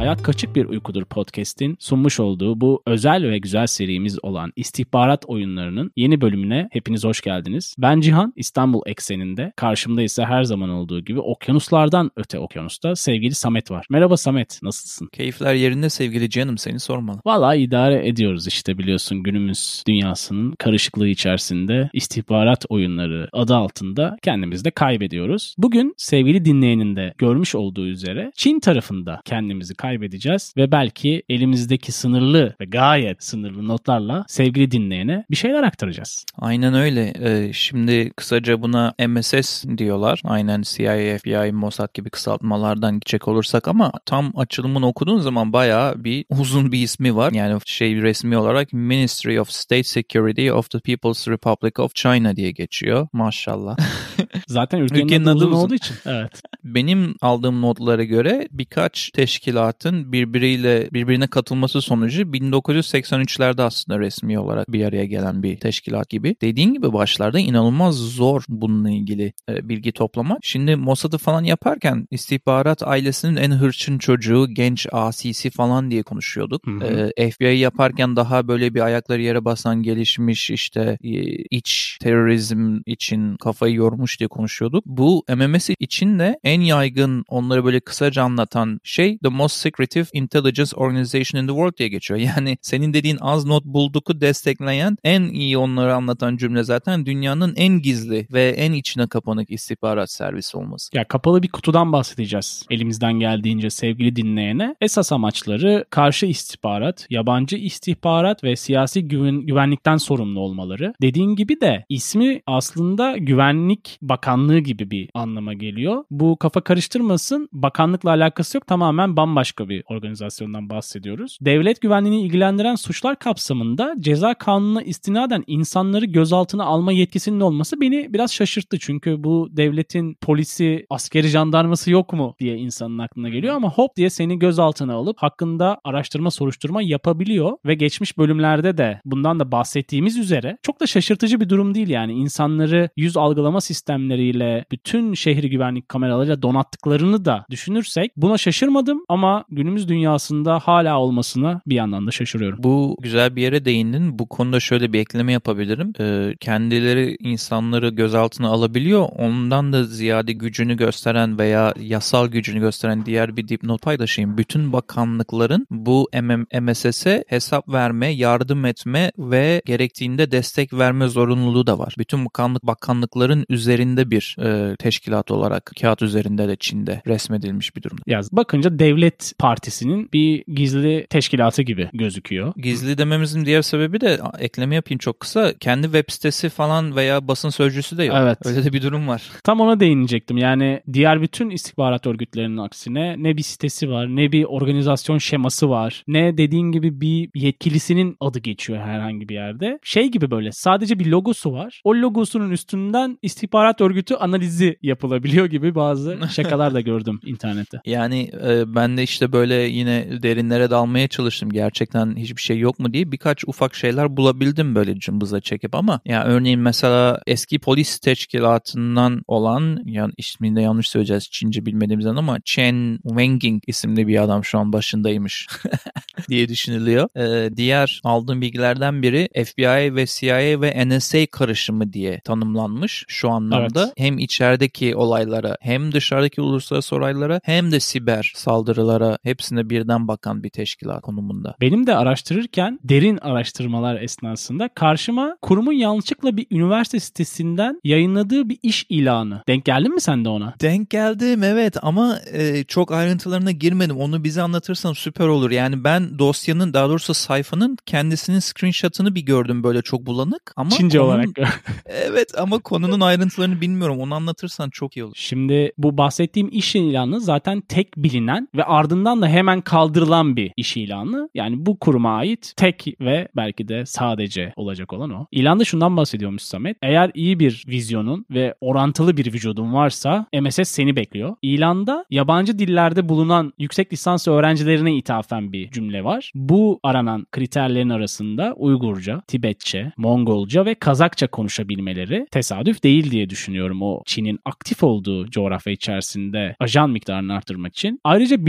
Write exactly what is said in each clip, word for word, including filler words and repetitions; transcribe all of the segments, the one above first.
Hayat Kaçık Bir Uykudur podcast'in sunmuş olduğu bu özel ve güzel serimiz olan istihbarat oyunlarının yeni bölümüne hepiniz hoş geldiniz. Ben Cihan, İstanbul ekseninde. Karşımda ise her zaman olduğu gibi okyanuslardan öte okyanusta sevgili Samet var. Merhaba Samet, nasılsın? Keyifler yerinde sevgili canım, seni sormalı. Vallahi idare ediyoruz işte, biliyorsun günümüz dünyasının karışıklığı içerisinde istihbarat oyunları adı altında kendimizi de kaybediyoruz. Bugün sevgili dinleyenin de görmüş olduğu üzere Çin tarafında kendimizi kaybedeceğiz ve belki elimizdeki sınırlı ve gayet sınırlı notlarla sevgili dinleyene bir şeyler aktaracağız. Aynen öyle. Ee, şimdi kısaca buna M S S diyorlar. Aynen C I A, F B I, Mossad gibi kısaltmalardan gidecek olursak ama tam açılımını okuduğun zaman bayağı bir uzun bir ismi var. Yani şey resmi olarak Ministry of State Security of the People's Republic of China diye geçiyor. Maşallah. Zaten ülkenin, ülkenin adı, adı uzun olduğu için. Evet. Benim aldığım notlara göre birkaç teşkilatın birbiriyle birbirine katılması sonucu bin dokuz yüz seksen üçlerde aslında resmi olarak bir araya gelen bir teşkilat gibi. Dediğin gibi başlarda inanılmaz zor bununla ilgili e, bilgi toplamak. Şimdi Mossad'ı falan yaparken istihbarat ailesinin en hırçın çocuğu, genç asisi falan diye konuşuyorduk. E, F B I yaparken daha böyle bir ayakları yere basan, gelişmiş, işte e, iç terörizm için kafayı yormuş diye konuşuyorduk. Bu M M S için de en yaygın, onları böyle kısaca anlatan şey The Most Secretive Intelligence Organization in the World diye geçiyor. Yani senin dediğin az not bulduk'u destekleyen, en iyi onları anlatan cümle zaten dünyanın en gizli ve en içine kapanık istihbarat servisi olması. Ya kapalı bir kutudan bahsedeceğiz elimizden geldiğince sevgili dinleyene. Esas amaçları karşı istihbarat, yabancı istihbarat ve siyasi güven, güvenlikten sorumlu olmaları. Dediğin gibi de ismi aslında Güvenlik Bakanlığı gibi bir anlama geliyor. Bu kafa karıştırmasın, bakanlıkla alakası yok, tamamen bambaşka bir organizasyondan bahsediyoruz. Devlet güvenliğini ilgilendiren suçlar kapsamında ceza kanununa istinaden insanları gözaltına alma yetkisinin olması beni biraz şaşırttı. Çünkü bu devletin polisi, askeri, jandarması yok mu diye insanın aklına geliyor ama hop diye seni gözaltına alıp hakkında araştırma, soruşturma yapabiliyor ve geçmiş bölümlerde de bundan da bahsettiğimiz üzere çok da şaşırtıcı bir durum değil yani. İnsanları yüz algılama sistemleriyle, bütün şehri güvenlik kameralarıyla donattıklarını da düşünürsek buna şaşırmadım ama günümüz dünyasında hala olmasına bir yandan da şaşırıyorum. Bu güzel bir yere değindin. Bu konuda şöyle bir ekleme yapabilirim. Ee, kendileri insanları gözaltına alabiliyor. Ondan da ziyade gücünü gösteren veya yasal gücünü gösteren diğer bir dipnot paylaşayım. Bütün bakanlıkların bu M S S'e hesap verme, yardım etme ve gerektiğinde destek verme zorunluluğu da var. Bütün bakanlık bakanlıkların üzerinde bir e, teşkilat olarak kağıt üzerinde de Çin'de resmedilmiş bir durumda. Ya bakınca devlet partisinin bir gizli teşkilatı gibi gözüküyor. Gizli dememizin diğer sebebi de, ekleme yapayım çok kısa, kendi web sitesi falan veya basın sözcüsü de yok. Evet. Öyle de bir durum var. Tam ona değinecektim. Yani diğer bütün istihbarat örgütlerinin aksine ne bir sitesi var, ne bir organizasyon şeması var, ne dediğin gibi bir yetkilisinin adı geçiyor herhangi bir yerde. Şey gibi, böyle sadece bir logosu var. O logosunun üstünden istihbarat örgütü analizi yapılabiliyor gibi bazı şakalar da gördüm internette. Yani e, ben de işte böyle yine derinlere dalmaya çalıştım. Gerçekten hiçbir şey yok mu diye birkaç ufak şeyler bulabildim böyle cımbıza çekip ama ya örneğin mesela eski polis teşkilatından olan, yani ismini de yanlış söyleyeceğiz Çince bilmediğimizden ama Chen Wenjing isimli bir adam şu an başındaymış diye düşünülüyor. Ee, diğer aldığım bilgilerden biri F B I ve C I A ve N S A karışımı diye tanımlanmış şu anlamda. Evet. Hem içerideki olaylara hem dışarıdaki uluslararası olaylara hem de siber saldırılara hepsine birden bakan bir teşkilat konumunda. Benim de araştırırken derin araştırmalar esnasında karşıma kurumun yanlışlıkla bir üniversite sitesinden yayınladığı bir iş ilanı. Denk geldin mi sen de ona? Denk geldim evet ama e, çok ayrıntılarına girmedim. Onu bize anlatırsan süper olur. Yani ben dosyanın, daha doğrusu sayfanın kendisinin screenshot'ını bir gördüm böyle çok bulanık. Ama Çince konunun, olarak. Evet ama konunun ayrıntılarını bilmiyorum. Onu anlatırsan çok iyi olur. Şimdi bu bahsettiğim iş ilanı zaten tek bilinen ve ardından da hemen kaldırılan bir iş ilanı. Yani bu kuruma ait tek ve belki de sadece olacak olan o. İlanda şundan bahsediyormuş Samet. Eğer iyi bir vizyonun ve orantılı bir vücudun varsa M S S seni bekliyor. İlanda yabancı dillerde bulunan yüksek lisans öğrencilerine ithafen bir cümle var. Bu aranan kriterlerin arasında Uygurca, Tibetçe, Mongolca ve Kazakça konuşabilmeleri tesadüf değil diye düşünüyorum o Çin'in aktif olduğu coğrafya içerisinde ajan miktarını artırmak için. Ayrıca bilgi güvenliği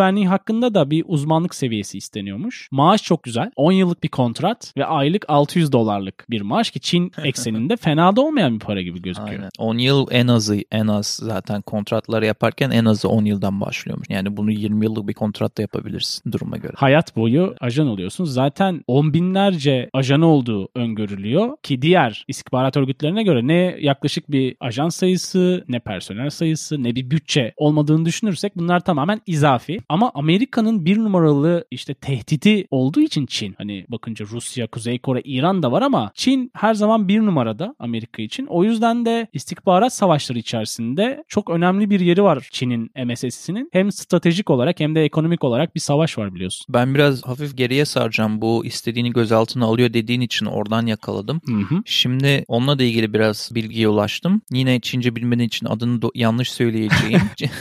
güvenliği hakkında da bir uzmanlık seviyesi isteniyormuş. Maaş çok güzel. on yıllık bir kontrat ve aylık altı yüz dolarlık bir maaş ki Çin ekseninde fena da olmayan bir para gibi gözüküyor. Aynen. on yıl en azı en az zaten kontratları yaparken en azı on yıldan başlıyormuş. Yani bunu yirmi yıllık bir kontratta yapabilirsin duruma göre. Hayat boyu ajan oluyorsun. Zaten on binlerce ajan olduğu öngörülüyor ki diğer istihbarat örgütlerine göre ne yaklaşık bir ajan sayısı, ne personel sayısı, ne bir bütçe olmadığını düşünürsek bunlar tamamen izafi. Ama Amerika'nın bir numaralı işte tehdidi olduğu için Çin, hani bakınca Rusya, Kuzey Kore, İran da var ama Çin her zaman bir numarada Amerika için. O yüzden de istihbarat savaşları içerisinde çok önemli bir yeri var Çin'in M S S'inin. Hem stratejik olarak hem de ekonomik olarak bir savaş var biliyorsun. Ben biraz hafif geriye saracağım. Bu istediğini gözaltına alıyor dediğin için oradan yakaladım. Hı hı. Şimdi onunla da ilgili biraz bilgiye ulaştım. Yine Çince bilmediğin için adını do- yanlış söyleyeceğim.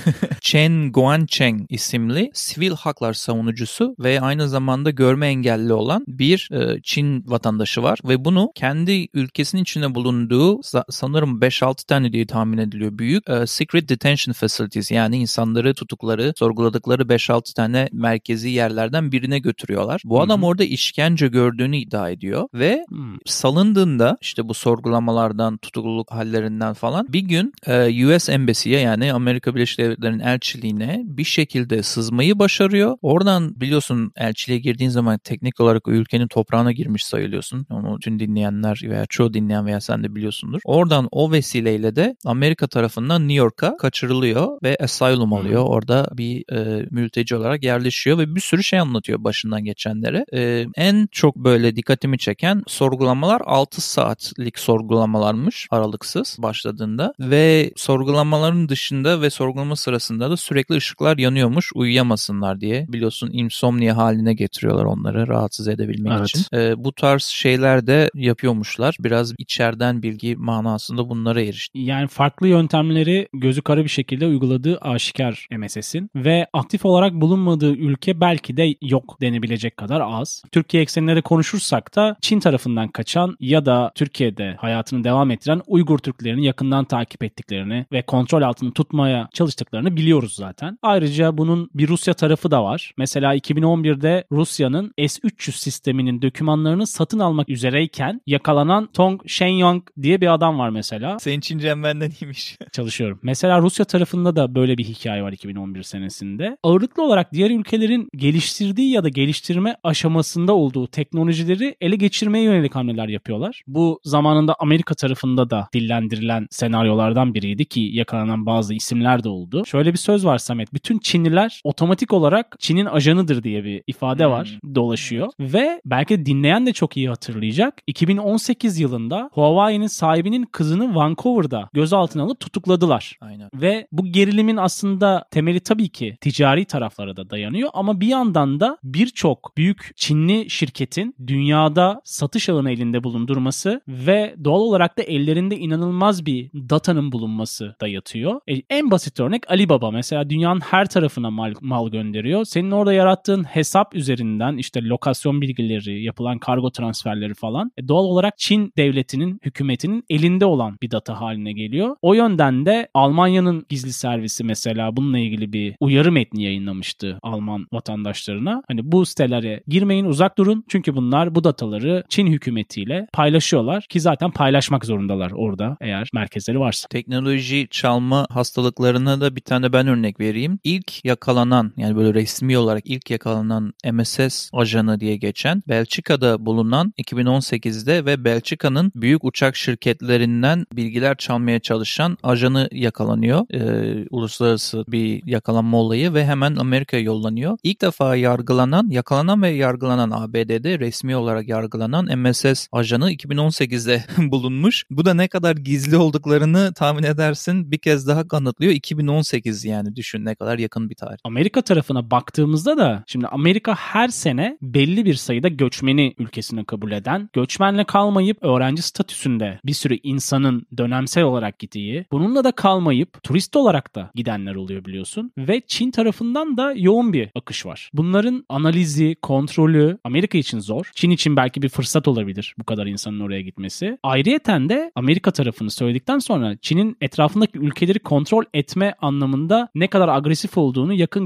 Chen Guangcheng isimli sivil haklar savunucusu ve aynı zamanda görme engelli olan bir e, Çin vatandaşı var ve bunu kendi ülkesinin içinde bulunduğu sanırım beş altı tane diye tahmin ediliyor büyük e, secret detention facilities, yani insanları tutukları, sorguladıkları beş altı tane merkezi yerlerden birine götürüyorlar. Bu adam Hı-hı. orada işkence gördüğünü iddia ediyor ve Hı-hı. salındığında işte bu sorgulamalardan, tutukluluk hallerinden falan bir gün e, U S Embassy'ye, yani Amerika Birleşik Devletleri'nin elçiliğine bir şekilde sızmayı başarıyor. Oradan biliyorsun elçiliğe girdiğin zaman teknik olarak o ülkenin toprağına girmiş sayılıyorsun. Onu tüm dinleyenler veya çoğu dinleyen veya sen de biliyorsundur. Oradan o vesileyle de Amerika tarafından New York'a kaçırılıyor ve asylum alıyor. Hmm. Orada bir e, mülteci olarak yerleşiyor ve bir sürü şey anlatıyor başından geçenlere. E, en çok böyle dikkatimi çeken sorgulamalar altı saatlik sorgulamalarmış aralıksız başladığında ve sorgulamaların dışında ve sorgulama sırasında da sürekli ışıklar yanıyormuş uyuyamasınlar diye. Biliyorsun insomnia haline getiriyorlar onları rahatsız edebilmek evet. için. E, bu tarz şeyler de yapıyormuşlar. Biraz içeriden bilgi manasında bunlara erişti. Yani farklı yöntemleri gözü kara bir şekilde uyguladığı aşikar M S S'in ve aktif olarak bulunmadığı ülke belki de yok denebilecek kadar az. Türkiye ekseninde de konuşursak da Çin tarafından kaçan ya da Türkiye'de hayatını devam ettiren Uygur Türklerini yakından takip ettiklerini ve kontrol altında tutmaya çalıştıklarını biliyoruz zaten. Ayrıca bunun bir Rusya tarafı da var. Mesela iki bin on birde Rusya'nın S üç yüz sisteminin dokümanlarını satın almak üzereyken yakalanan Tong Shenyang diye bir adam var mesela. Senin Çincen benden iyiymiş. Çalışıyorum. Mesela Rusya tarafında da böyle bir hikaye var iki bin on bir senesinde. Ağırlıklı olarak diğer ülkelerin geliştirdiği ya da geliştirme aşamasında olduğu teknolojileri ele geçirmeye yönelik hamleler yapıyorlar. Bu zamanında Amerika tarafında da dillendirilen senaryolardan biriydi ki yakalanan bazı isimler de oldu. Şöyle bir söz var Samet. Bütün Çinliler otomatik olarak Çin'in ajanıdır diye bir ifade hmm. var. Dolaşıyor. Evet. Ve belki dinleyen de çok iyi hatırlayacak. iki bin on sekiz yılında Huawei'nin sahibinin kızını Vancouver'da gözaltına alıp tutukladılar. Aynen. Ve bu gerilimin aslında temeli tabii ki ticari taraflara da dayanıyor ama bir yandan da birçok büyük Çinli şirketin dünyada satış alanı elinde bulundurması ve doğal olarak da ellerinde inanılmaz bir datanın bulunması da yatıyor. E, en basit örnek Alibaba mesela dünyanın her tarafına mal, mal gönderiyor. Senin orada yarattığın hesap üzerinden işte lokasyon bilgileri, yapılan kargo transferleri falan e, doğal olarak Çin devletinin, hükümetinin elinde olan bir data haline geliyor. O yönden de Almanya'nın gizli servisi mesela bununla ilgili bir uyarı metni yayınlamıştı Alman vatandaşlarına. Hani bu sitelere girmeyin, uzak durun. Çünkü bunlar bu dataları Çin hükümetiyle paylaşıyorlar ki zaten paylaşmak zorundalar orada eğer merkezleri varsa. Teknoloji çalma hastalıklarına da bir tane ben örnek vereyim. İlk yakalanan, yani böyle resmi olarak ilk yakalanan M S S ajanı diye geçen Belçika'da bulunan iki bin on sekizde ve Belçika'nın büyük uçak şirketlerinden bilgiler çalmaya çalışan ajanı yakalanıyor. Ee, uluslararası bir yakalanma olayı ve hemen Amerika'ya yollanıyor. İlk defa yargılanan, yakalanan ve yargılanan A B D'de resmi olarak yargılanan M S S ajanı iki bin on sekizde bulunmuş. Bu da ne kadar gizli olduklarını tahmin edersin bir kez daha kanıtlıyor. iki bin on sekiz yani düşün ne kadar yakın bir tarih. Amerika tarafına baktığımızda da şimdi Amerika her sene belli bir sayıda göçmeni ülkesine kabul eden, göçmenle kalmayıp öğrenci statüsünde bir sürü insanın dönemsel olarak gittiği, bununla da kalmayıp turist olarak da gidenler oluyor biliyorsun. Ve Çin tarafından da yoğun bir akış var. Bunların analizi, kontrolü Amerika için zor. Çin için belki bir fırsat olabilir bu kadar insanın oraya gitmesi. Ayrıyeten de Amerika tarafını söyledikten sonra Çin'in etrafındaki ülkeleri kontrol etme anlamında ne kadar agresif olduğunu yakın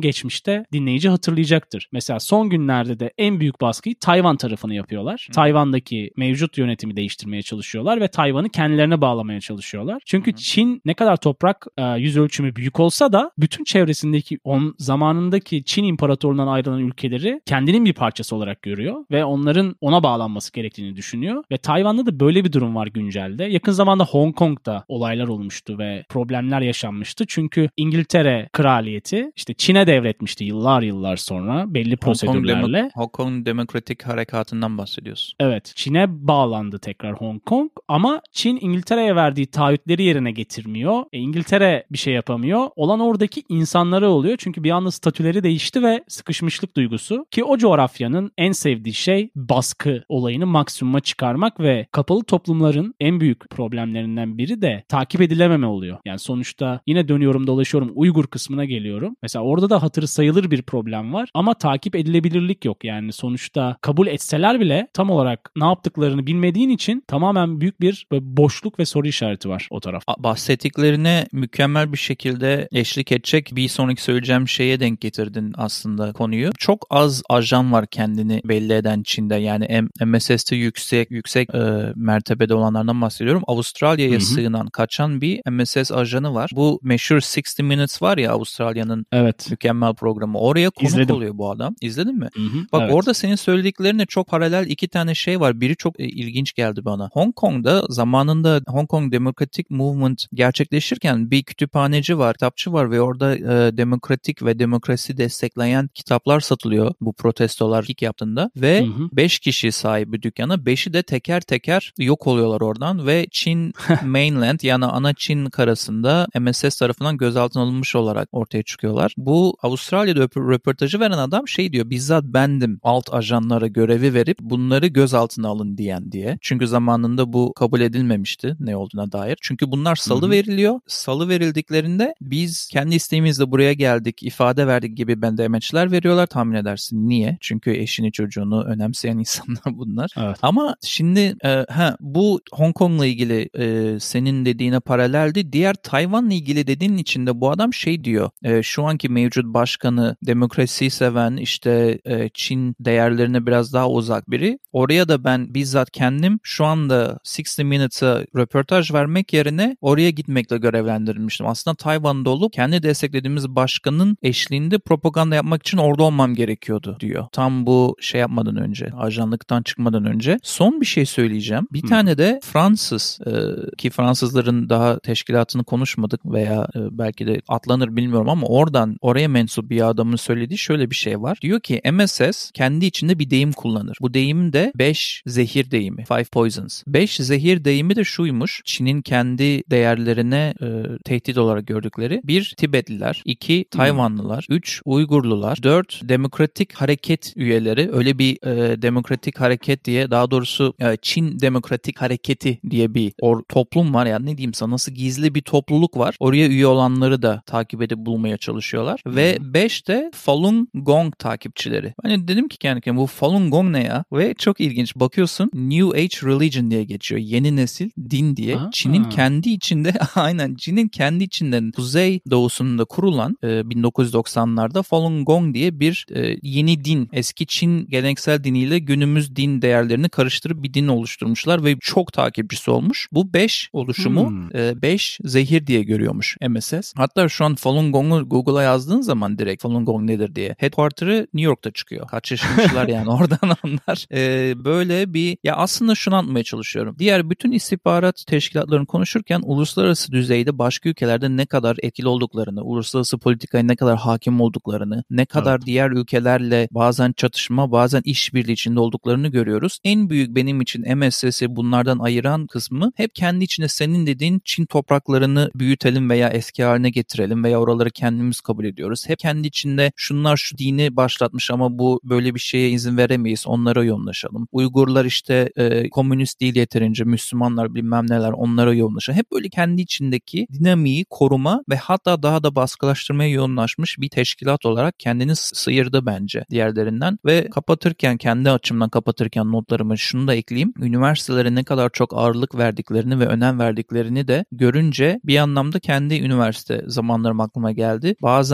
geçmişte dinleyici hatırlayacaktır. Mesela son günlerde de en büyük baskıyı Tayvan tarafını yapıyorlar. Hı. Tayvan'daki mevcut yönetimi değiştirmeye çalışıyorlar ve Tayvan'ı kendilerine bağlamaya çalışıyorlar. Çünkü Hı. Çin ne kadar toprak yüz ölçümü büyük olsa da bütün çevresindeki on zamanındaki Çin İmparatorluğundan ayrılan ülkeleri kendinin bir parçası olarak görüyor ve onların ona bağlanması gerektiğini düşünüyor. Ve Tayvan'da da böyle bir durum var güncelde. Yakın zamanda Hong Kong'da olaylar olmuştu ve problemler yaşanmıştı. Çünkü İngiltere kraliyeti işte Çin'e devretmişti yıllar yıllar sonra belli Hong prosedürlerle. Kong, Demo- Hong Kong Demokratik Harekatı'ndan bahsediyorsun. Evet. Çin'e bağlandı tekrar Hong Kong ama Çin İngiltere'ye verdiği taahhütleri yerine getirmiyor. E, İngiltere bir şey yapamıyor. Olan oradaki insanları oluyor. Çünkü bir anda statüleri değişti ve sıkışmışlık duygusu. Ki o coğrafyanın en sevdiği şey baskı olayını maksimuma çıkarmak ve kapalı toplumların en büyük problemlerinden biri de takip edilememe oluyor. Yani sonuçta yine dönüyorum dolaşıyorum Uygur kısmına geliyorum. Mesela orada da hatırı sayılır bir problem var ama takip edilebilirlik yok. Yani sonuçta kabul etseler bile tam olarak ne yaptıklarını bilmediğin için tamamen büyük bir boşluk ve soru işareti var o tarafta. Bahsettiklerine mükemmel bir şekilde eşlik edecek bir sonraki söyleyeceğim şeye denk getirdin aslında konuyu. Çok az ajan var kendini belli eden Çin'de. Yani M S S'te yüksek yüksek e, mertebede olanlardan bahsediyorum. Avustralya'ya Hı-hı. sığınan, kaçan bir M S S ajanı var. Bu meşhur altmış Minutes var ya Avustralya'nın evet. mükemmel programı. Oraya konuk İzledim. oluyor bu adam. İzledin mi? Hı-hı. Bak evet. orada senin söylediklerine çok paralel iki tane şey var. Biri çok e, ilginç geldi bana. Hong Kong'da zamanında Hong Kong Democratic Movement gerçekleşirken bir kütüphaneci var, kitapçı var ve orada e, demokratik ve demokrasi destekleyen kitaplar satılıyor bu protestolar ilk yaptığında ve beş kişi sahibi dükkana, beşi de teker teker yok oluyorlar oradan ve Çin mainland yani ana Çin karasında M S S tarafından gözaltına alınmış olarak ortaya çıkıyorlar. Bu Avustralya'da röportajı veren adam şey diyor, bizzat bendim alt ajanlara görevi verip bunları gözaltına alın diyen diye. Çünkü zamanında bu kabul edilmemişti ne olduğuna dair. Çünkü bunlar salı Hı-hı. veriliyor. Salı verildiklerinde biz kendi isteğimizle buraya geldik, ifade verdik gibi ben demeçler veriyorlar. Tahmin edersin niye? Çünkü eşini çocuğunu önemseyen insanlar bunlar. Evet. Ama şimdi e, ha, bu Hong Kong'la ilgili e, senin dediğine paraleldi. Diğer Tayvan'la ilgili dediğin içinde bu adam şey diyor. E, şu anki mevcut başkanı demokrasiyi seven, işte e, Çin değerlerine biraz daha uzak biri. Oraya da ben bizzat kendim şu anda altmış Minutes'a röportaj vermek yerine oraya gitmekle görevlendirilmiştim. Aslında Tayvan'da olup kendi desteklediğimiz başkanın eşliğinde propaganda yapmak için orada olmam gerekiyordu diyor. Tam bu şey yapmadan önce, ajanlıktan çıkmadan önce. Son bir şey söyleyeceğim. Bir Hı. tane de Fransız e, ki Fransızların daha teşkilatını konuşmadık veya e, belki de atlanır bilmiyorum ama oradan oraya mensup bir adamın söylediği şöyle bir şey var. Diyor ki M S S kendi içinde bir deyim kullanır. Bu deyim de beş zehir deyimi. Five poisons. beş zehir deyimi de şuymuş. Çin'in kendi değerlerine e, tehdit olarak gördükleri. bir Tibetliler, iki Tayvanlılar, üç Uygurlular, dört demokratik hareket üyeleri. Öyle bir e, demokratik hareket diye, daha doğrusu e, Çin Demokratik Hareketi diye bir or, toplum var ya, ne diyeyim sana, nasıl gizli bir topluluk var. Oraya üye olanları da takip edip bulmaya çalışıyorlar. Hmm. Ve beş de Falun Gong takipçileri. Hani dedim ki kendi kendime, bu Falun Gong ne ya? Ve çok ilginç. Bakıyorsun New Age Religion diye geçiyor. Yeni nesil din diye. Aha. Çin'in kendi içinde aynen Çin'in kendi içinden kuzey doğusunda kurulan e, bin dokuz yüz doksanlarda Falun Gong diye bir e, yeni din. Eski Çin geleneksel diniyle günümüz din değerlerini karıştırıp bir din oluşturmuşlar ve çok takipçisi olmuş. Bu beş oluşumu beş hmm. e, zehir diye görüyormuş M S S. Hatta şu an Falun Gong'u Google'a yazdığın zaman direkt Falun Gong nedir diye. Headquarter'ı New York'ta çıkıyor. Kaç yaşınmışlar yani oradan onlar. E, böyle bir, ya aslında şunu anlatmaya çalışıyorum. Diğer bütün istihbarat teşkilatlarını konuşurken uluslararası düzeyde başka ülkelerde ne kadar etkili olduklarını, uluslararası politikaya ne kadar hakim olduklarını, ne kadar evet. diğer ülkelerle bazen çatışma, bazen işbirliği içinde olduklarını görüyoruz. En büyük benim için M S S'i bunlardan ayıran kısmı hep kendi içinde senin dediğin Çin topraklarını büyütelim veya eski haline getirelim veya oraları kendimiz kabul ediyoruz. Hep kendi içinde şunlar şu dini başlatmış ama bu böyle bir şeye izin veremeyiz, onlara yoğunlaşalım. Uygurlar işte e, komünist değil yeterince, Müslümanlar bilmem neler, onlara yoğunlaşalım. Hep böyle kendi içindeki dinamiği koruma ve hatta daha da baskılaştırmaya yoğunlaşmış bir teşkilat olarak kendini sıyırdı bence diğerlerinden. Ve kapatırken, kendi açımdan kapatırken notlarımı şunu da ekleyeyim. Üniversitelere ne kadar çok ağırlık verdiklerini ve önem verdiklerini de görünce bir anlamda kendi üniversite zamanlarım aklıma geldi. Bazen üniversite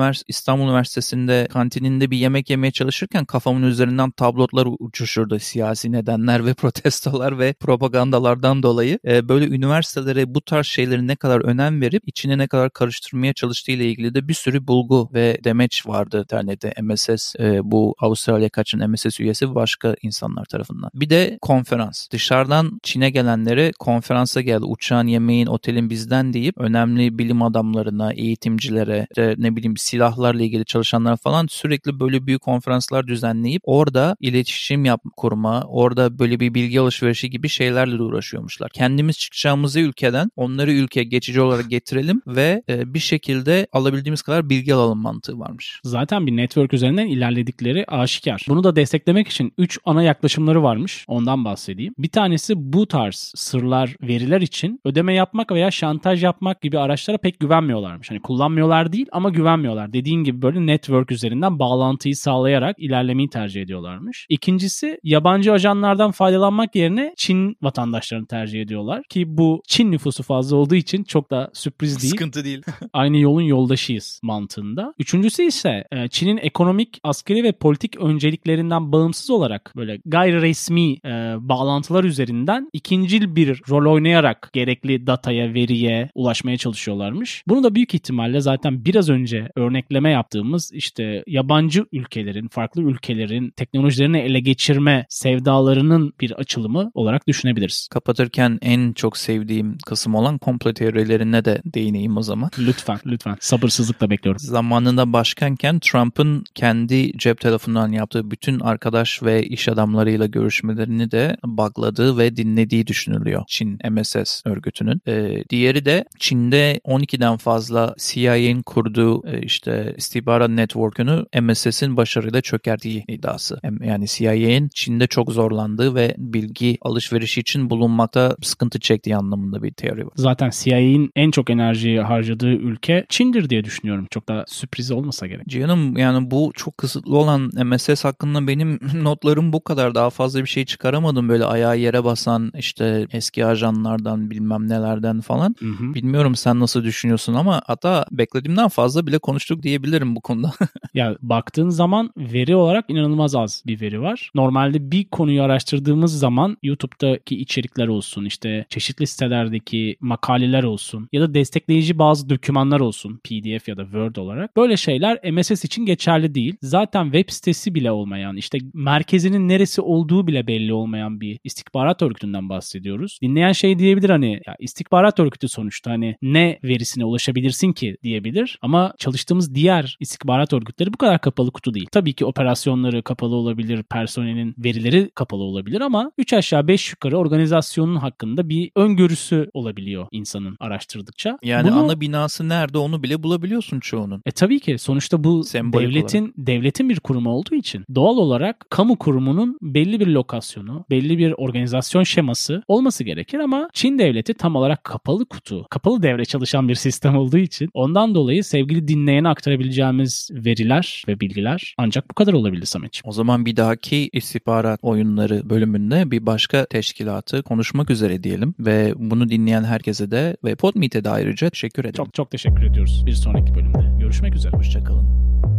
Ünivers- İstanbul Üniversitesi'nde kantininde bir yemek yemeye çalışırken kafamın üzerinden tablotlar uçuşurdu. Siyasi nedenler ve protestolar ve propagandalardan dolayı. Ee, böyle üniversitelere bu tarz şeyleri ne kadar önem verip içine ne kadar karıştırmaya çalıştığı ile ilgili de bir sürü bulgu ve demeç vardı internette. M S S, e, bu Avustralya kaçın M S S üyesi başka insanlar tarafından. Bir de konferans. Dışarıdan Çin'e gelenlere konferansa geldi. Uçağın, yemeğin, otelin bizden deyip önemli bilim adamlarına, eğitimcilere, işte ne bileyim silahlarla ilgili çalışanlara falan sürekli böyle büyük konferanslar düzenleyip orada iletişim yap kurma, orada böyle bir bilgi alışverişi gibi şeylerle de uğraşıyormuşlar. Kendimiz çıkacağımızı ülkeden onları ülkeye geçici olarak getirelim ve e, bir şekilde alabildiğimiz kadar bilgi alalım mantığı varmış. Zaten bir network üzerinden ilerledikleri aşikar. Bunu da desteklemek için üç ana yaklaşımları varmış. Ondan bahsedeyim. Bir tanesi bu tarz sırlar, veriler için ödeme yapmak veya şantaj yapmak gibi araçlara pek güvenmiyorlarmış. Hani kullanmıyorlar değil ama güvenmiyorlar. Dediğin gibi böyle network üzerinden bağlantıyı sağlayarak ilerlemeyi tercih ediyorlarmış. İkincisi yabancı ajanlardan faydalanmak yerine Çin vatandaşlarını tercih ediyorlar. Ki bu Çin nüfusu fazla olduğu için çok da sürpriz değil. Sıkıntı değil. Aynı yolun yoldaşıyız mantığında. Üçüncüsü ise Çin'in ekonomik, askeri ve politik önceliklerinden bağımsız olarak böyle gayri resmi e, bağlantılar üzerinden ikincil bir rol oynayarak gerekli dataya, veriye ulaşmaya çalışıyorlarmış. Bunu da büyük ihtimalle zaten biraz önce örnekleme yaptığımız işte yabancı ülkelerin, farklı ülkelerin teknolojilerini ele geçirme sevdalarının bir açılımı olarak düşünebiliriz. Kapatırken en çok sevdiğim kısım olan komplo teorilerine de değineyim o zaman. Lütfen, lütfen. Sabırsızlıkla bekliyorum. Zamanında başkanken Trump'ın kendi cep telefonundan yaptığı bütün arkadaş ve iş adamlarıyla görüşmelerini de bugladığı ve dinlediği düşünülüyor Çin M S S örgütünün. Ee, diğeri de Çin'de on ikiden fazla C I A'nin kurduğu e, işte istihbarat network'ünü M S S'in başarıyla çökerttiği iddiası. Yani C I A'nin Çin'de çok zorlandığı ve bilgi alışverişi için bulunmakta sıkıntı çektiği anlamında bir teori var. Zaten C I A'nin en çok enerjiyi harcadığı ülke Çin'dir diye düşünüyorum. Çok da sürpriz olmasa gerek. Cihan'ım yani bu çok kısıtlı olan M S S hakkında benim notlarım bu kadar. Daha fazla bir şey çıkaramadım. Böyle ayağı yere basan işte eski ajanlardan bilmem nelerden falan. Hı hı. Bilmiyorum sen nasıl düşünüyorsun ama hatta beklediğimden fazla bile konuştuk diyebilirim bu konuda. Ya baktığın zaman veri olarak inanılmaz az bir veri var. Normalde bir konuyu araştırdığımız zaman YouTube'daki içerikler olsun, işte çeşitli sitelerdeki makaleler olsun ya da destekleyici bazı dokümanlar olsun P D F ya da Word olarak. Böyle şeyler M S S için geçerli değil. Zaten web sitesi bile olmayan, işte merkezinin neresi olduğu bile belli olmayan bir istihbarat örgütünden bahsediyoruz. Dinleyen şey diyebilir hani ya istihbarat örgütü sonuçta hani ne verisine ulaşabilirsin ki diyebilir. Ama çalıştığımız diğer istihbarat örgütleri bu kadar kapalı kutu değil. Tabii ki operasyonları kapalı olabilir, personelin verileri kapalı olabilir ama üç aşağı beş yukarı organizasyonun hakkında bir öngörüsü olabiliyor insanın araştırdıkça. Yani Bunu, ana binası nerede onu bile bulabiliyorsun çoğunun. E tabii ki sonuçta bu Sembolik devletin olarak. devletin bir kurumu olduğu için doğal olarak kamu kurumunun belli bir lokasyonu, belli bir organizasyon şeması olması gerekir ama Çin devleti tam olarak kapalı kutu, kapalı devre çalışan bir sistem olduğu için ondan dolayı sevgili dinleyene aktarabileceğimiz veriler ve bilgiler ancak bu kadar olabildi Sametciğim. O zaman bir dahaki istihbarat oyunları bölümünde bir başka teşkilatı konuşmak üzere diyelim ve bunu dinleyen herkese de ve Podmeet'e de ayrıca teşekkür ederim. Çok çok teşekkür ediyoruz. Bir sonraki bölümde görüşmek üzere. Hoşçakalın.